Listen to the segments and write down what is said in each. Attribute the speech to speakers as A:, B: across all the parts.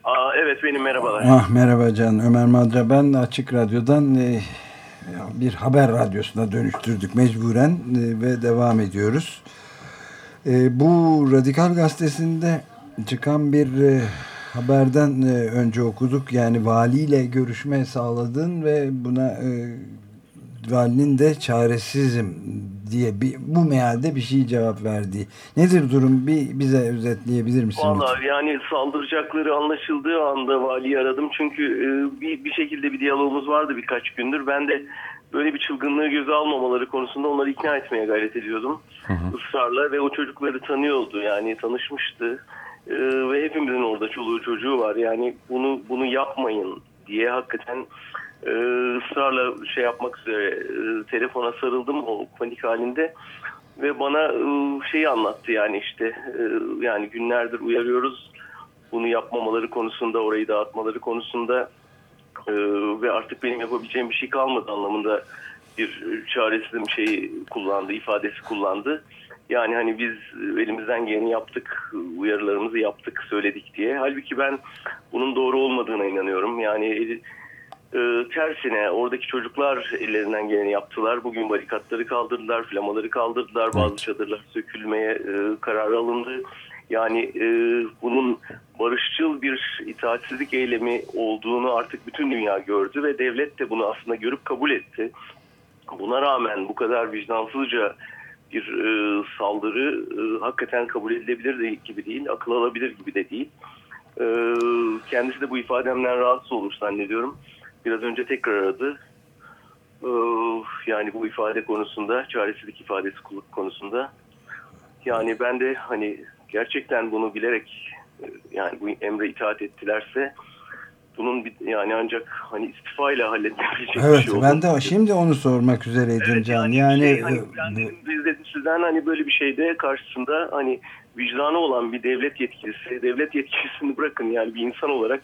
A: Evet, benim, merhabalar.
B: Merhaba Can, Ömer Madra ben. Açık Radyo'dan bir haber radyosuna dönüştürdük mecburen ve devam ediyoruz. Bu Radikal Gazetesi'nde çıkan bir haberden önce okuduk. Yani valiyle görüşme sağladın ve buna valinin de çaresizim diye bu mealde bir şey cevap verdiği. Nedir durum? Bize özetleyebilir misin lütfen?
A: Vallahi yani saldıracakları anlaşıldığı anda valiyi aradım. Çünkü bir şekilde bir diyalogumuz vardı birkaç gündür. Ben de böyle bir çılgınlığı göze almamaları konusunda onları ikna etmeye gayret ediyordum. Israrla ve o çocukları tanıyordu. Yani tanışmıştı. Ve hepimizin orada çoluğu çocuğu var. Yani bunu yapmayın diye hakikaten ısrarla şey yapmak üzere telefona sarıldım o panik halinde. Ve bana şeyi anlattı, yani işte yani günlerdir uyarıyoruz bunu yapmamaları konusunda, orayı dağıtmaları konusunda ve artık benim yapabileceğim bir şey kalmadı anlamında bir çaresizim ifadesi kullandı. Yani hani biz elimizden geleni yaptık, uyarılarımızı yaptık, söyledik diye. Halbuki ben bunun doğru olmadığına inanıyorum. Yani tersine oradaki çocuklar ellerinden geleni yaptılar. Bugün barikatları kaldırdılar, flamaları kaldırdılar. Bazı çadırlar sökülmeye karar alındı. Yani bunun barışçıl bir itaatsizlik eylemi olduğunu artık bütün dünya gördü ve devlet de bunu aslında görüp kabul etti. Buna rağmen bu kadar vicdansızca bir saldırı hakikaten kabul edilebilir gibi değil, akıl alabilir gibi de değil. Kendisi de bu ifademden rahatsız olur zannediyorum. Biraz önce tekrar aradı. Yani bu ifade konusunda, çaresizlik ifadesi konusunda. Yani ben de hani gerçekten bunu bilerek yani bu emre itaat ettilerse bunun yani ancak hani istifayla halledilebilecek bir şey olur.
B: Ben de şimdi onu sormak üzereydim, evet, Can.
A: Biz de sizden hani böyle bir şeyde karşısında hani vicdanı olan bir devlet yetkilisini bırakın, yani bir insan olarak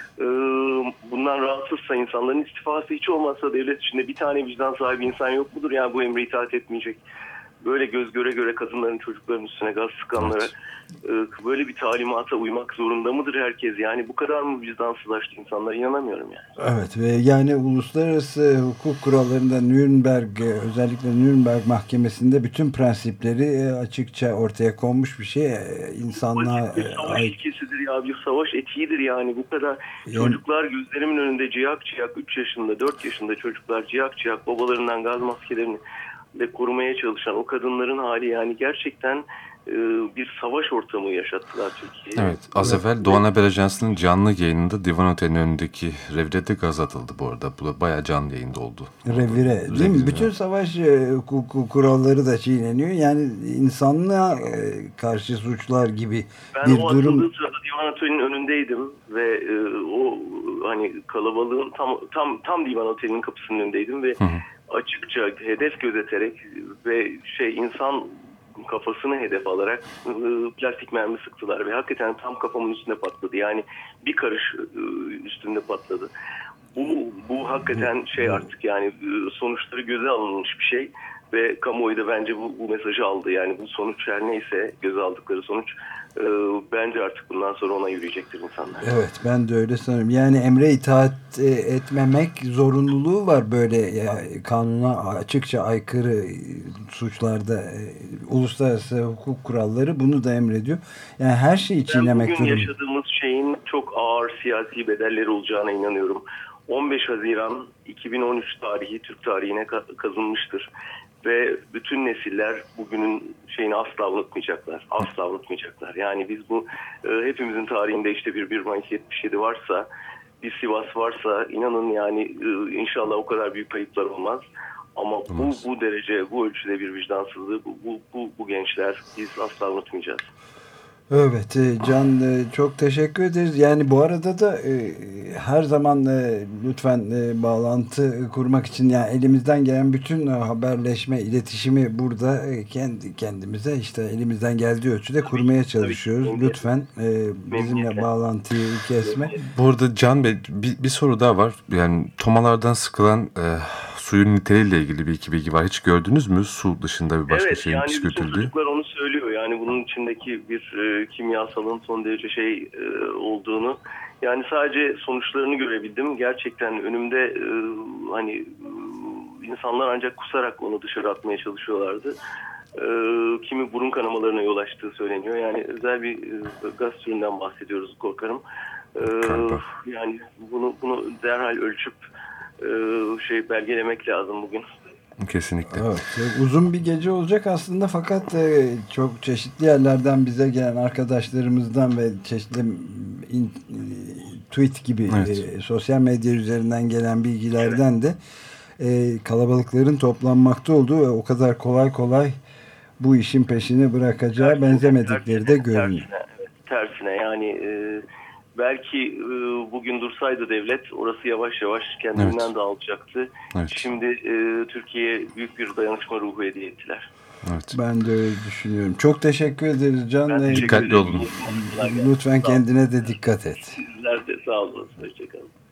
A: bundan rahatsızsa insanların istifası, hiç olmazsa devlet içinde bir tane vicdan sahibi insan yok mudur? Yani bu emre itaat etmeyecek. Böyle göz göre göre kadınların, çocukların üstüne gaz sıkanlara böyle bir talimata uymak zorunda mıdır herkes? Yani bu kadar mı vicdansızlaştı insanlar? İnanamıyorum yani.
B: Evet, ve yani uluslararası hukuk kurallarında özellikle Nürnberg Mahkemesi'nde bütün prensipleri açıkça ortaya konmuş bir şey. İnsanlığa
A: bir savaş ilkesidir ya, bir savaş etiğidir yani. Bu kadar çocuklar gözlerimin önünde ciyak ciyak, 3 yaşında 4 yaşında çocuklar ciyak ciyak babalarından gaz maskelerini ve korumaya çalışan o kadınların hali, yani gerçekten bir savaş ortamı yaşattılar Türkiye'ye.
C: Evet, az evvel Doğan Haber Ajansı'nın canlı yayınında Divan Oteli'nin önündeki revire de gaz atıldı bu arada. Bu da bayağı canlı yayında oldu.
B: Revire, değil mi? Bütün savaş kuralları da çiğneniyor. Yani insanlığa karşı suçlar gibi bir durum. Ben o
A: atıldığı sırada Divan Oteli'nin önündeydim ve o hani kalabalığın tam Divan Oteli'nin kapısının önündeydim ve açıkça hedef gözeterek ve insan kafasını hedef alarak plastik mermi sıktılar ve hakikaten tam kafamın üstünde patladı. Yani bir karış üstünde patladı. Bu hakikaten artık yani sonuçları göze alınmış bir şey ve kamuoyu da bence bu mesajı aldı. Yani bu sonuç her neyse, göze aldıkları sonuç bence artık bundan sonra ona yürüyecektir insanlar.
B: Evet, ben de öyle sanırım. Yani emre itaat etmemek zorunluluğu var böyle kanuna açıkça aykırı suçlarda. Uluslararası hukuk kuralları bunu da emrediyor. Yani her şeyi çiğnemek
A: zorunda. Bugün yaşadığımız şeyin çok ağır siyasi bedelleri olacağına inanıyorum. 15 Haziran 2013 tarihi Türk tarihine kazınmıştır. Ve bütün nesiller bugünün şeyini asla unutmayacaklar. Asla unutmayacaklar. Yani biz bu hepimizin tarihinde işte bir 1 Mayıs 77 varsa, bir Sivas varsa, inanın yani inşallah o kadar büyük kayıplar olmaz. Ama bu derece, bu ölçüde bir vicdansızlığı bu gençler biz asla unutmayacağız.
B: Evet Can, çok teşekkür ederiz. Yani bu arada da her zaman lütfen bağlantı kurmak için yani elimizden gelen bütün haberleşme, iletişimi burada kendi kendimize işte elimizden geldiği ölçüde kurmaya çalışıyoruz. Lütfen bizimle bağlantıyı kesme.
C: Bu arada Can Bey bir soru daha var. Yani tomalardan sıkılan suyun niteliğiyle ilgili bir iki bilgi var. Hiç gördünüz mü? Su dışında bir başka şeyin püskürtüldüğü.
A: Evet, yani çocuklar onu söylüyor. Yani bunun içindeki bir kimyasalın son derece olduğunu. Yani sadece sonuçlarını görebildim. Gerçekten önümde hani insanlar ancak kusarak onu dışarı atmaya çalışıyorlardı. Kimi burun kanamalarına yol açtığı söyleniyor. Yani özel bir gaz türünden bahsediyoruz korkarım. Yani bunu derhal ölçüp belgelemek lazım bugün.
C: Kesinlikle.
B: Evet, uzun bir gece olacak aslında fakat çok çeşitli yerlerden bize gelen arkadaşlarımızdan ve çeşitli tweet gibi sosyal medya üzerinden gelen bilgilerden de kalabalıkların toplanmakta olduğu ve o kadar kolay kolay bu işin peşini bırakacağı benzemedikleri de görünüyor.
A: Tersine yani belki bugün dursaydı devlet orası yavaş yavaş kendinden dağılacaktı. Evet. Şimdi Türkiye'ye büyük bir dayanışma ruhu hediye ettiler.
B: Evet. Ben de öyle düşünüyorum. Çok teşekkür ederiz Can.
C: Dikkatli olun.
B: Lütfen kendine de dikkat et.
A: Sizler de sağ olun. Hoşçakalın.